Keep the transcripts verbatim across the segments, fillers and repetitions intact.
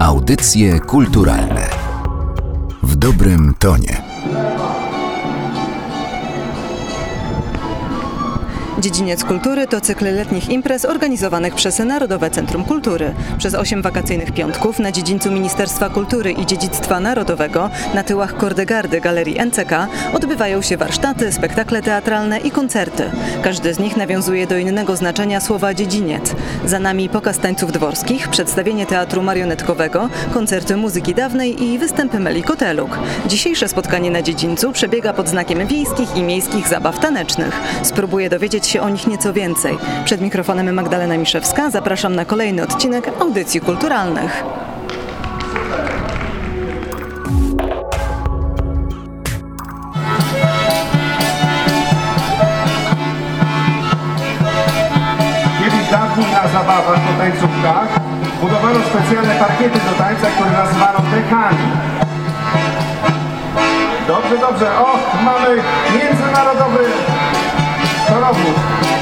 Audycje kulturalne w dobrym tonie. Dziedziniec Kultury to cykl letnich imprez organizowanych przez Narodowe Centrum Kultury. Przez osiem wakacyjnych piątków na dziedzińcu Ministerstwa Kultury i Dziedzictwa Narodowego na tyłach Kordegardy Galerii N C K odbywają się warsztaty, spektakle teatralne i koncerty. Każdy z nich nawiązuje do innego znaczenia słowa dziedziniec. Za nami pokaz tańców dworskich, przedstawienie teatru marionetkowego, koncerty muzyki dawnej i występy Meli Koteluk. Dzisiejsze spotkanie na dziedzińcu przebiega pod znakiem wiejskich i miejskich zabaw tanecznych. Spróbuję dowiedzieć się o nich nieco więcej. Przed mikrofonem Magdalena Miszewska. Zapraszam na kolejny odcinek Audycji Kulturalnych. Kiedyś dawniej na zabawach po tańcówkach budowano specjalne parkiety do tańca, które nazywano dekami. Dobrze, dobrze. O, mamy międzynarodowy torowód.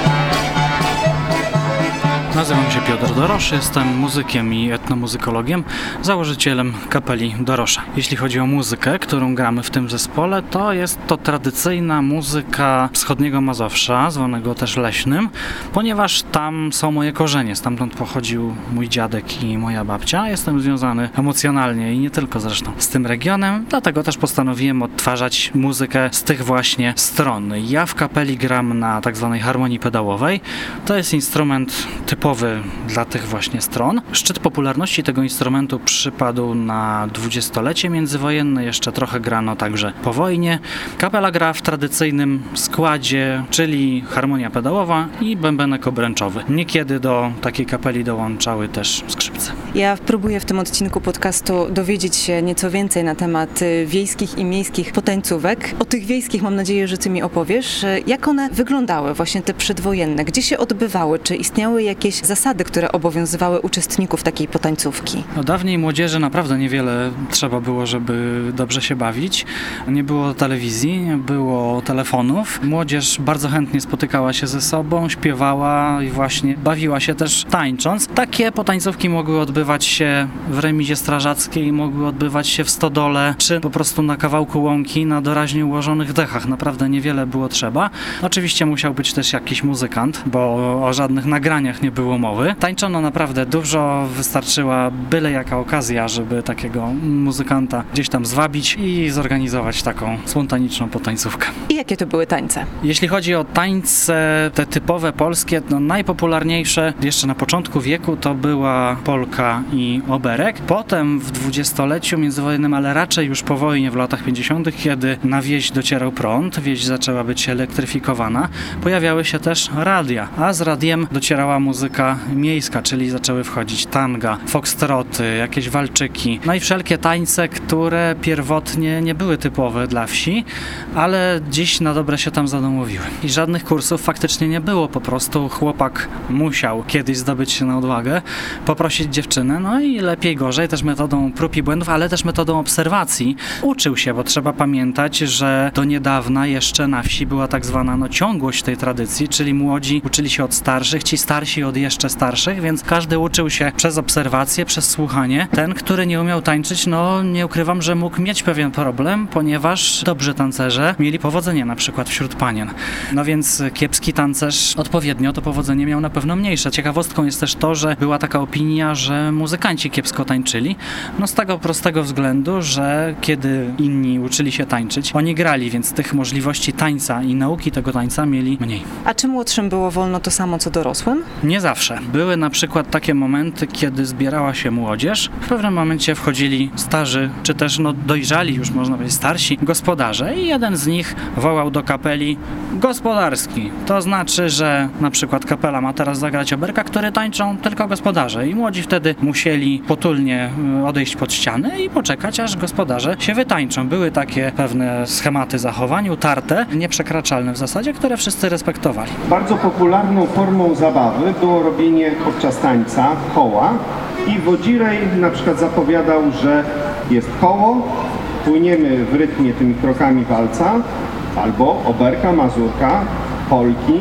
Nazywam się Piotr Dorosz, jestem muzykiem i etnomuzykologiem, założycielem kapeli Dorosza. Jeśli chodzi o muzykę, którą gramy w tym zespole, to jest to tradycyjna muzyka wschodniego Mazowsza, zwanego też leśnym, ponieważ tam są moje korzenie, stamtąd pochodził mój dziadek i moja babcia. Jestem związany emocjonalnie i nie tylko zresztą z tym regionem, dlatego też postanowiłem odtwarzać muzykę z tych właśnie stron. Ja w kapeli gram na tak zwanej harmonii pedałowej. To jest instrument typowy dla tych właśnie stron. Szczyt popularności tego instrumentu przypadł na dwudziestolecie międzywojenne, jeszcze trochę grano także po wojnie. Kapela gra w tradycyjnym składzie, czyli harmonia pedałowa i bębenek obręczowy. Niekiedy do takiej kapeli dołączały też skrzypce. Ja próbuję w tym odcinku podcastu dowiedzieć się nieco więcej na temat wiejskich i miejskich potańcówek. O tych wiejskich mam nadzieję, że ty mi opowiesz. Jak one wyglądały, właśnie te przedwojenne? Gdzie się odbywały? Czy istniały jakieś zasady, które obowiązywały uczestników takiej potańcówki? No, dawniej młodzieży naprawdę niewiele trzeba było, żeby dobrze się bawić. Nie było telewizji, nie było telefonów. Młodzież bardzo chętnie spotykała się ze sobą, śpiewała i właśnie bawiła się też tańcząc. Takie potańcówki mogły odbywać się w remizie strażackiej, mogły odbywać się w stodole, czy po prostu na kawałku łąki, na doraźnie ułożonych dechach. Naprawdę niewiele było trzeba. Oczywiście musiał być też jakiś muzykant, bo o żadnych nagraniach nie było mowy. Tańczono naprawdę dużo, wystarczyła byle jaka okazja, żeby takiego muzykanta gdzieś tam zwabić i zorganizować taką spontaniczną potańcówkę. I jakie to były tańce? Jeśli chodzi o tańce te typowe polskie, no najpopularniejsze jeszcze na początku wieku to była polka i oberek. Potem w dwudziestoleciu międzywojennym, ale raczej już po wojnie w latach pięćdziesiątych, kiedy na wieś docierał prąd, wieś zaczęła być elektryfikowana, pojawiały się też radia, a z radiem docierała muzyka miejska, czyli zaczęły wchodzić tanga, foxtroty, jakieś walczyki, no i wszelkie tańce, które pierwotnie nie były typowe dla wsi, ale dziś na dobre się tam zadomowiły. I żadnych kursów faktycznie nie było, po prostu chłopak musiał kiedyś zdobyć się na odwagę, poprosić dziewczynę, no i lepiej gorzej, też metodą prób i błędów, ale też metodą obserwacji uczył się, bo trzeba pamiętać, że do niedawna jeszcze na wsi była tak zwana no, ciągłość tej tradycji, czyli młodzi uczyli się od starszych, ci starsi od jeszcze starszych, więc każdy uczył się przez obserwację, przez słuchanie. Ten, który nie umiał tańczyć, no nie ukrywam, że mógł mieć pewien problem, ponieważ dobrzy tancerze mieli powodzenie na przykład wśród panien. No więc kiepski tancerz odpowiednio to powodzenie miał na pewno mniejsze. Ciekawostką jest też to, że była taka opinia, że muzykanci kiepsko tańczyli. No z tego prostego względu, że kiedy inni uczyli się tańczyć, oni grali, więc tych możliwości tańca i nauki tego tańca mieli mniej. A czy młodszym było wolno to samo co dorosłym? Nie zawsze. Były na przykład takie momenty, kiedy zbierała się młodzież. W pewnym momencie wchodzili starzy, czy też no, dojrzali, już można powiedzieć starsi gospodarze i jeden z nich wołał do kapeli gospodarski. To znaczy, że na przykład kapela ma teraz zagrać oberka, który tańczą tylko gospodarze i młodzi wtedy musieli potulnie odejść pod ściany i poczekać, aż gospodarze się wytańczą. Były takie pewne schematy zachowań, utarte, nieprzekraczalne w zasadzie, które wszyscy respektowali. Bardzo popularną formą zabawy było robienie podczas tańca koła i wodzirej na przykład zapowiadał, że jest koło, płyniemy w rytmie tymi krokami walca albo oberka, mazurka, polki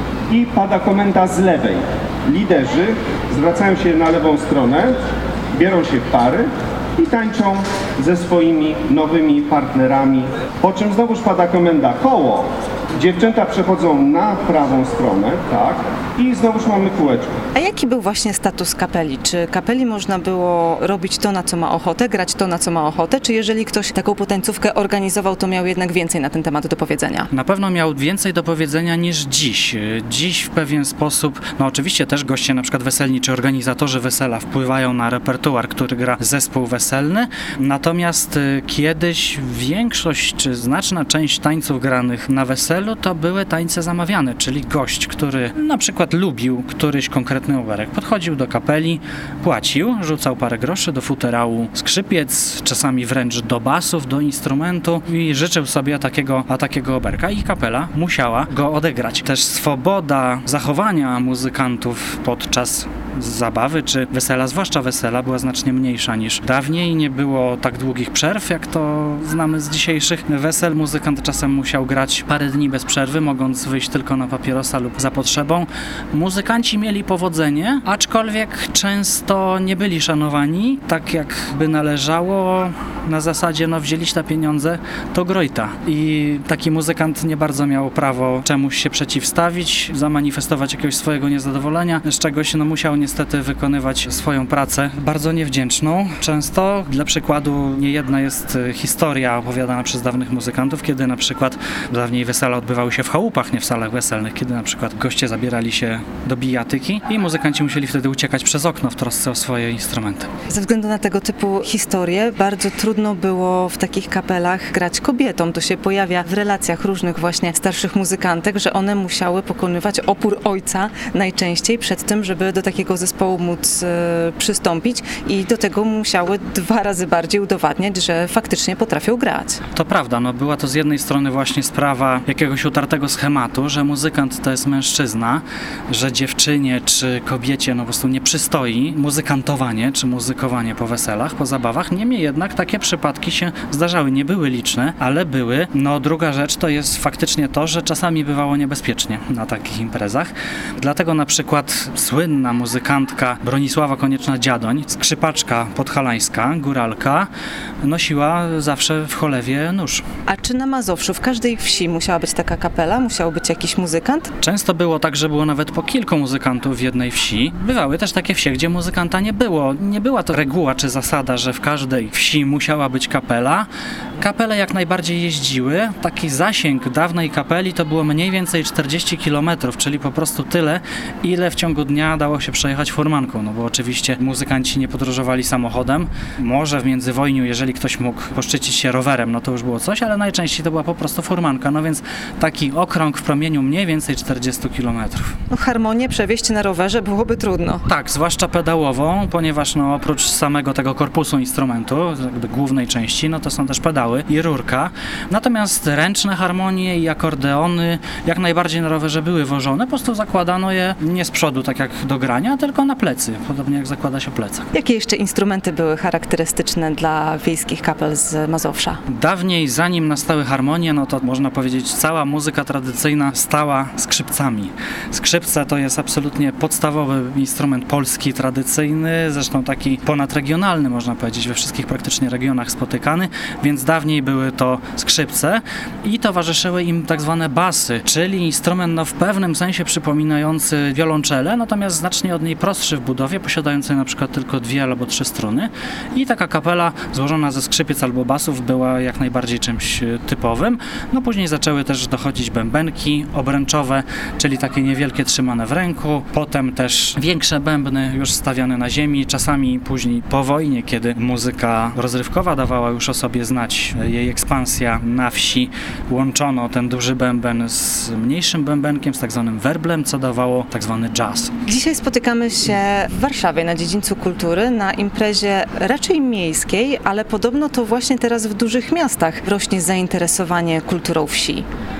i pada komenda z lewej. Liderzy zwracają się na lewą stronę biorą się w pary i tańczą ze swoimi nowymi partnerami, po czym znowuż pada komenda koło. Dziewczęta przechodzą na prawą stronę, tak, i znowuż mamy kółeczko. A jaki był właśnie status kapeli? Czy kapeli można było robić to, na co ma ochotę, grać to, na co ma ochotę, czy jeżeli ktoś taką potańcówkę organizował, to miał jednak więcej na ten temat do powiedzenia? Na pewno miał więcej do powiedzenia niż dziś. Dziś w pewien sposób, no oczywiście też goście na przykład weselni czy organizatorzy wesela wpływają na repertuar, który gra zespół weselny, natomiast y, kiedyś większość czy znaczna część tańców granych na weselu to były tańce zamawiane, czyli gość, który na przykład lubił któryś konkretny oberek, podchodził do kapeli, płacił, rzucał parę groszy do futerału skrzypiec, czasami wręcz do basów, do instrumentu i życzył sobie takiego, a takiego oberka i kapela musiała go odegrać. Też swoboda zachowania muzykantów podczas zabawy czy wesela, zwłaszcza wesela, była znacznie mniejsza niż dawniej. Nie było tak długich przerw, jak to znamy z dzisiejszych wesel. Muzykant czasem musiał grać parę dni bez przerwy, mogąc wyjść tylko na papierosa lub za potrzebą. Muzykanci mieli powodzenie, aczkolwiek często nie byli szanowani, tak jak by należało. Na zasadzie, no wzięliś te pieniądze, to grojta. I taki muzykant nie bardzo miał prawo czemuś się przeciwstawić, zamanifestować jakiegoś swojego niezadowolenia, z czegoś no musiał niestety wykonywać swoją pracę, bardzo niewdzięczną. Często, dla przykładu, niejedna jest historia opowiadana przez dawnych muzykantów, kiedy na przykład dawniej wesela odbywały się w chałupach, nie w salach weselnych, kiedy na przykład goście zabierali się do bijatyki i muzykanci musieli wtedy uciekać przez okno w trosce o swoje instrumenty. Ze względu na tego typu historie bardzo trudno było w takich kapelach grać kobietom. To się pojawia w relacjach różnych właśnie starszych muzykantek, że one musiały pokonywać opór ojca najczęściej przed tym, żeby do takiego zespołu móc e, przystąpić i do tego musiały dwa razy bardziej udowadniać, że faktycznie potrafią grać. To prawda, no była to z jednej strony właśnie sprawa jakiegoś utartego schematu, że muzykant to jest mężczyzna, że dziewczynie czy kobiecie no po prostu nie przystoi muzykantowanie czy muzykowanie po weselach, po zabawach. Niemniej jednak takie przypadki się zdarzały, nie były liczne, ale były. No druga rzecz to jest faktycznie to, że czasami bywało niebezpiecznie na takich imprezach. Dlatego na przykład słynna muzykantka Bronisława Konieczna-Dziadoń, skrzypaczka podhalańska, góralka, nosiła zawsze w cholewie nóż. A czy na Mazowszu w każdej wsi musiała być taka kapela? Musiał być jakiś muzykant? Często było tak, że było nawet po kilku muzykantów w jednej wsi. Bywały też takie wsie, gdzie muzykanta nie było. Nie była to reguła czy zasada, że w każdej wsi musiała być kapela. Kapele jak najbardziej jeździły. Taki zasięg dawnej kapeli to było mniej więcej czterdzieści kilometrów, czyli po prostu tyle, ile w ciągu dnia dało się przejechać furmanką, no bo oczywiście muzykanci nie podróżowali samochodem. Może w międzywojniu, jeżeli ktoś mógł poszczycić się rowerem, no to już było coś, ale najczęściej to była po prostu furmanka, no więc taki okrąg w promieniu mniej więcej czterdzieści kilometrów. No harmonię przewieźć na rowerze byłoby trudno. Tak, zwłaszcza pedałową, ponieważ no oprócz samego tego korpusu instrumentu, jakby głównej części, no to są też pedały i rurka. Natomiast ręczne harmonie i akordeony jak najbardziej na rowerze były wożone, po prostu zakładano je nie z przodu, tak jak do grania, tylko na plecy, podobnie jak zakłada się plecak. Jakie jeszcze instrumenty były charakterystyczne dla wiejskich kapel z Mazowsza? Dawniej, zanim nastały harmonie, no to można powiedzieć, cała muzyka tradycyjna stała skrzypcami. Skrzypce to jest absolutnie podstawowy instrument polski, tradycyjny, zresztą taki ponadregionalny, można powiedzieć, we wszystkich praktycznie regionach spotykany, więc dawniej były to skrzypce i towarzyszyły im tak zwane basy, czyli instrument no, w pewnym sensie przypominający wiolonczelę, natomiast znacznie od niej prostszy w budowie, posiadający na przykład tylko dwie albo trzy struny i taka kapela złożona ze skrzypiec albo basów była jak najbardziej czymś typowym. No później zaczęły też dochodzić bębenki obręczowe, czyli takie niewielkie trzymane w ręku, potem też większe bębny już stawiane na ziemi, czasami później po wojnie, kiedy muzyka rozrywkowa dawała już o sobie znać, jej ekspansja na wsi, łączono ten duży bęben z mniejszym bębenkiem, z tak zwanym werblem, co dawało tak zwany jazz. Dzisiaj spotykamy się w Warszawie na Dziedzińcu Kultury na imprezie raczej miejskiej, ale podobno to właśnie teraz w dużych miastach rośnie zainteresowanie kulturą wsi.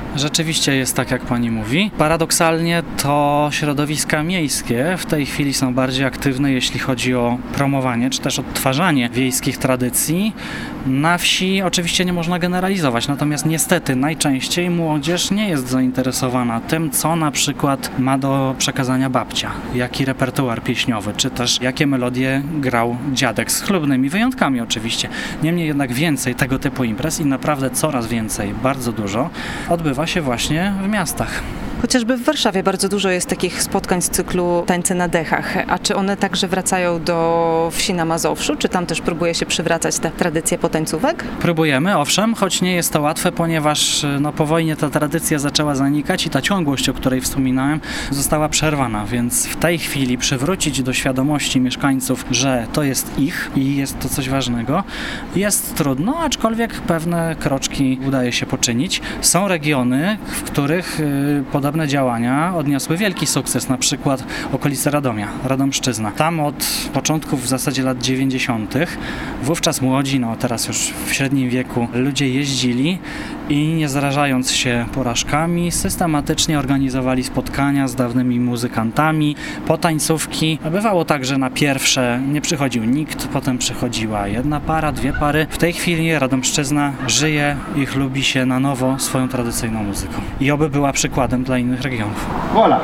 Rzeczywiście jest tak, jak pani mówi. Paradoksalnie to środowiska miejskie w tej chwili są bardziej aktywne, jeśli chodzi o promowanie, czy też odtwarzanie wiejskich tradycji. Na wsi oczywiście nie można generalizować, natomiast niestety najczęściej młodzież nie jest zainteresowana tym, co na przykład ma do przekazania babcia, jaki repertuar pieśniowy, czy też jakie melodie grał dziadek, z chlubnymi wyjątkami oczywiście. Niemniej jednak więcej tego typu imprez i naprawdę coraz więcej, bardzo dużo, odbywa się właśnie w miastach. Chociażby w Warszawie bardzo dużo jest takich spotkań z cyklu Tańce na dechach. A czy one także wracają do wsi na Mazowszu? Czy tam też próbuje się przywracać tę tradycję potańcówek? Próbujemy, owszem, choć nie jest to łatwe, ponieważ no, po wojnie ta tradycja zaczęła zanikać i ta ciągłość, o której wspominałem, została przerwana, więc w tej chwili przywrócić do świadomości mieszkańców, że to jest ich i jest to coś ważnego, jest trudno, aczkolwiek pewne kroczki udaje się poczynić. Są regiony, w których yy, podobne działania odniosły wielki sukces, na przykład okolice Radomia, Radomszczyzna. Tam od początków w zasadzie lat dziewięćdziesiątych wówczas młodzi, no teraz już w średnim wieku, ludzie jeździli i nie zarażając się porażkami, systematycznie organizowali spotkania z dawnymi muzykantami, potańcówki. Bywało tak, że na pierwsze nie przychodził nikt, potem przychodziła jedna para, dwie pary. W tej chwili Radomszczyzna żyje i chlubi się na nowo swoją tradycyjną muzyką. I oby była przykładem dla innych regionów. Voilà.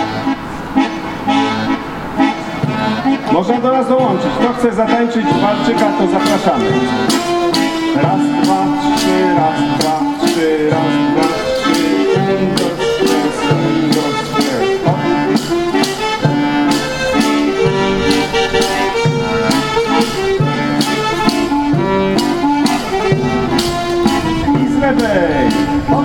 Można do nas dołączyć. Kto chce zatańczyć walczyka, to zapraszamy. Raz, dwa, trzy, raz, dwa, trzy, raz, dwa, trzy. I z lewej. Hop.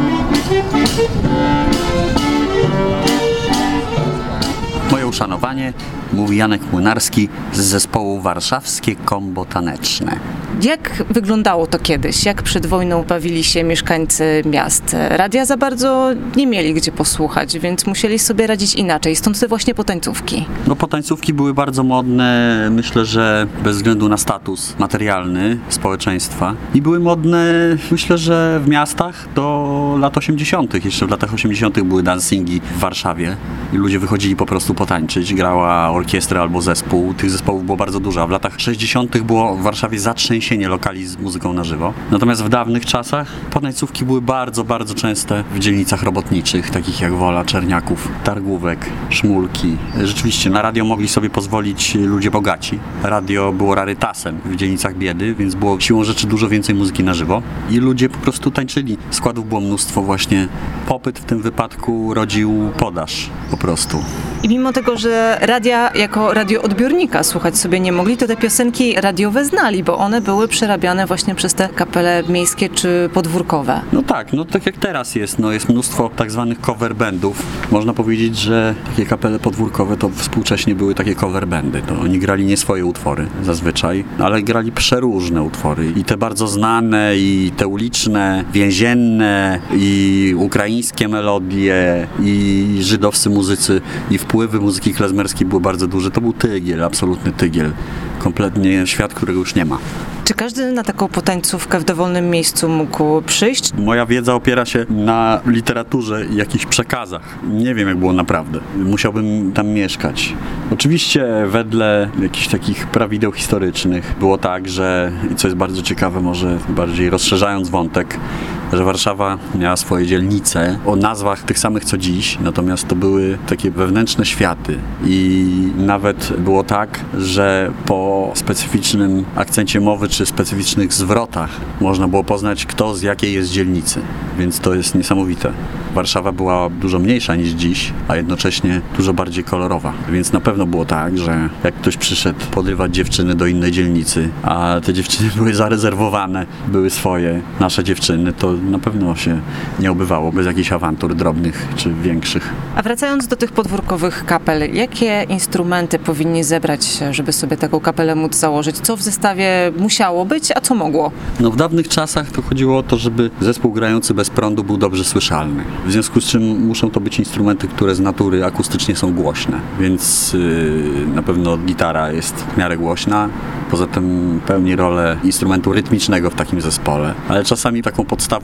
Moje uszanowanie, mówi Janek Młynarski z zespołu Warszawskie Kombo Taneczne. Jak wyglądało to kiedyś? Jak przed wojną bawili się mieszkańcy miast? Radia za bardzo nie mieli gdzie posłuchać, więc musieli sobie radzić inaczej. Stąd te właśnie potańcówki. No potańcówki były bardzo modne, myślę, że bez względu na status materialny społeczeństwa. I były modne, myślę, że w miastach do lat osiemdziesiątych. Jeszcze w latach osiemdziesiątych były dancingi w Warszawie i ludzie wychodzili po prostu potańczyć. Grała orkiestra albo zespół. Tych zespołów było bardzo dużo. A w latach sześćdziesiątych było w Warszawie zatrzęsienie lokali z muzyką na żywo. Natomiast w dawnych czasach potańcówki były bardzo, bardzo częste w dzielnicach robotniczych, takich jak Wola, Czerniaków, Targówek, Szmulki. Rzeczywiście na radio mogli sobie pozwolić ludzie bogaci. Radio było rarytasem w dzielnicach biedy, więc było siłą rzeczy dużo więcej muzyki na żywo i ludzie po prostu tańczyli. Składów było mnóstwo właśnie. Popyt w tym wypadku rodził podaż po prostu. I mimo tego, że radia jako radioodbiornika słuchać sobie nie mogli, to te piosenki radiowe znali, bo one były przerabiane właśnie przez te kapele miejskie czy podwórkowe. No tak, no tak jak teraz jest, no jest mnóstwo tak zwanych cover bandów. Można powiedzieć, że takie kapele podwórkowe to współcześnie były takie cover bandy. To oni grali nie swoje utwory zazwyczaj, ale grali przeróżne utwory. I te bardzo znane, i te uliczne, więzienne, i ukraińskie melodie, i żydowscy muzycy, i wpływy muzyki klezmerskiej były bardzo duże. To był tygiel, absolutny tygiel. Kompletnie świat, którego już nie ma. Czy każdy na taką potańcówkę w dowolnym miejscu mógł przyjść? Moja wiedza opiera się na literaturze i jakichś przekazach. Nie wiem, jak było naprawdę. Musiałbym tam mieszkać. Oczywiście wedle jakichś takich prawideł historycznych było tak, że, i co jest bardzo ciekawe, może bardziej rozszerzając wątek, że Warszawa miała swoje dzielnice o nazwach tych samych co dziś, natomiast to były takie wewnętrzne światy i nawet było tak, że po specyficznym akcencie mowy czy specyficznych zwrotach można było poznać, kto z jakiej jest dzielnicy, więc to jest niesamowite. Warszawa była dużo mniejsza niż dziś, a jednocześnie dużo bardziej kolorowa, więc na pewno było tak, że jak ktoś przyszedł podrywać dziewczyny do innej dzielnicy, a te dziewczyny były zarezerwowane, były swoje, nasze dziewczyny, to na pewno się nie obywało bez jakichś awantur drobnych czy większych. A wracając do tych podwórkowych kapel, jakie instrumenty powinni zebrać, żeby sobie taką kapelę móc założyć? Co w zestawie musiało być, a co mogło? No w dawnych czasach to chodziło o to, żeby zespół grający bez prądu był dobrze słyszalny. W związku z czym muszą to być instrumenty, które z natury akustycznie są głośne, więc yy, na pewno gitara jest w miarę głośna, poza tym pełni rolę instrumentu rytmicznego w takim zespole, ale czasami taką podstawą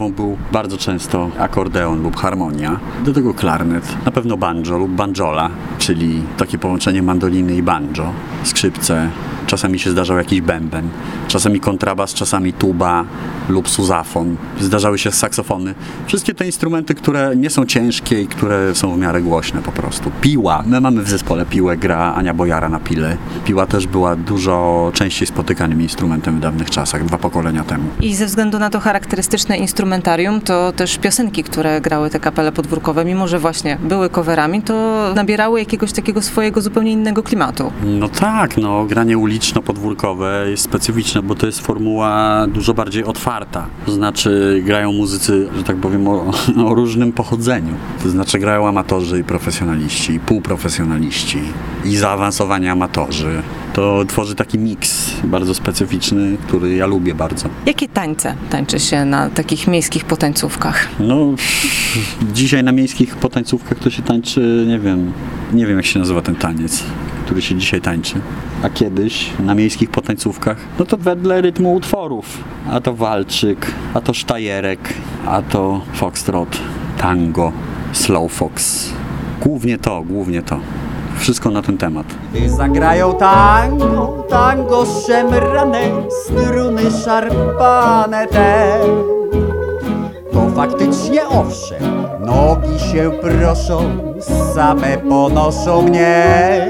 podstawą był bardzo często akordeon lub harmonia, do tego klarnet, na pewno banjo lub banjola, czyli takie połączenie mandoliny i banjo, skrzypce, czasami się zdarzał jakiś bęben, czasami kontrabas, czasami tuba lub suzafon, zdarzały się saksofony. Wszystkie te instrumenty, które nie są ciężkie i które są w miarę głośne po prostu. Piła. My mamy w zespole piłę, gra Ania Bojara na pile. Piła też była dużo częściej spotykanym instrumentem w dawnych czasach, dwa pokolenia temu. I ze względu na to charakterystyczne instrumentarium, to też piosenki, które grały te kapele podwórkowe, mimo że właśnie były coverami, to nabierały jakiegoś takiego swojego zupełnie innego klimatu. No tak, no granie uliczno-podwórkowe jest specyficzne, bo to jest formuła dużo bardziej otwarta. To znaczy grają muzycy, że tak powiem, o, o różnym pochodzeniu. To znaczy grają amatorzy i profesjonaliści, i półprofesjonaliści, i zaawansowani amatorzy. To tworzy taki miks bardzo specyficzny, który ja lubię bardzo. Jakie tańce tańczy się na takich miejskich potańcówkach? No, dzisiaj na miejskich potańcówkach to się tańczy, nie wiem, nie wiem jak się nazywa ten taniec, który się dzisiaj tańczy. A kiedyś na miejskich potańcówkach, no to wedle rytmu utworów. A to walczyk, a to sztajerek, a to foxtrot, tango, slowfox. Głównie to, głównie to. Wszystko na ten temat. Gdy zagrają tango, tango szemrane, struny szarpane te, to faktycznie owszem, nogi się proszą, same ponoszą mnie.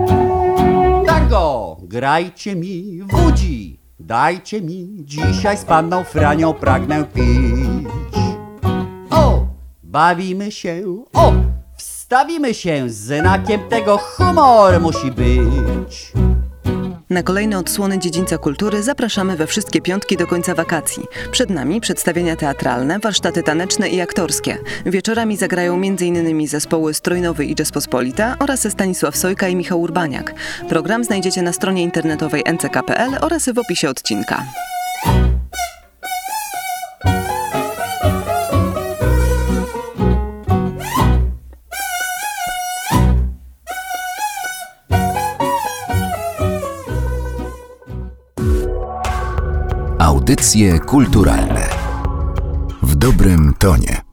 Tango, grajcie mi, wódzi, dajcie mi, dzisiaj z panną Franią pragnę pić. O, bawimy się, o! Wstawimy się, znakiem tego humor musi być. Na kolejne odsłony Dziedzińca Kultury zapraszamy we wszystkie piątki do końca wakacji. Przed nami przedstawienia teatralne, warsztaty taneczne i aktorskie. Wieczorami zagrają m in zespoły Strojnowy i Rzeczpospolita oraz Stanisław Sojka i Michał Urbaniak. Program znajdziecie na stronie internetowej en ce ka kropka pe el oraz w opisie odcinka. Audycje kulturalne w dobrym tonie.